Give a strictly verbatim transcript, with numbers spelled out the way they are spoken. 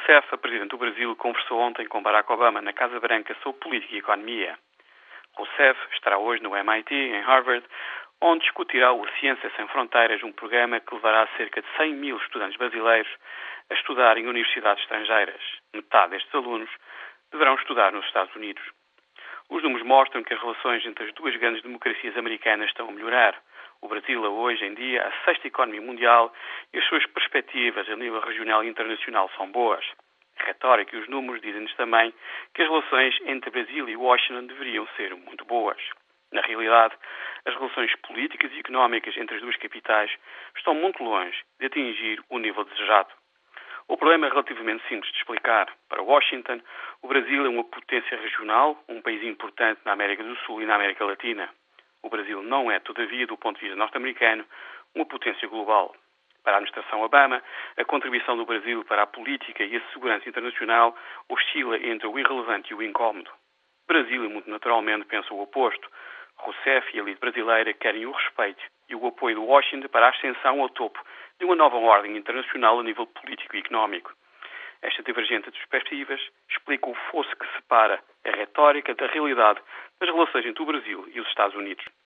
Rousseff, a presidente do Brasil, conversou ontem com Barack Obama na Casa Branca sobre política e economia. Rousseff estará hoje no M I T, em Harvard, onde discutirá o Ciência Sem Fronteiras, um programa que levará cerca de cem mil estudantes brasileiros a estudar em universidades estrangeiras. Metade destes alunos deverão estudar nos Estados Unidos. Os números mostram que as relações entre as duas grandes democracias americanas estão a melhorar. O Brasil é hoje em dia a sexta economia mundial e as suas perspectivas a nível regional e internacional são boas. A retórica e os números dizem-nos também que as relações entre Brasil e Washington deveriam ser muito boas. Na realidade, as relações políticas e económicas entre as duas capitais estão muito longe de atingir o nível desejado. O problema é relativamente simples de explicar. Para Washington, o Brasil é uma potência regional, um país importante na América do Sul e na América Latina. O Brasil não é, todavia, do ponto de vista norte-americano, uma potência global. Para a administração Obama, a contribuição do Brasil para a política e a segurança internacional oscila entre o irrelevante e o incómodo. O Brasil, muito naturalmente, pensa o oposto. Rousseff e a elite brasileira querem o respeito e o apoio de Washington para a ascensão ao topo de uma nova ordem internacional a nível político e económico. Esta divergência de perspectivas explica o fosso que separa a retórica da realidade das relações entre o Brasil e os Estados Unidos.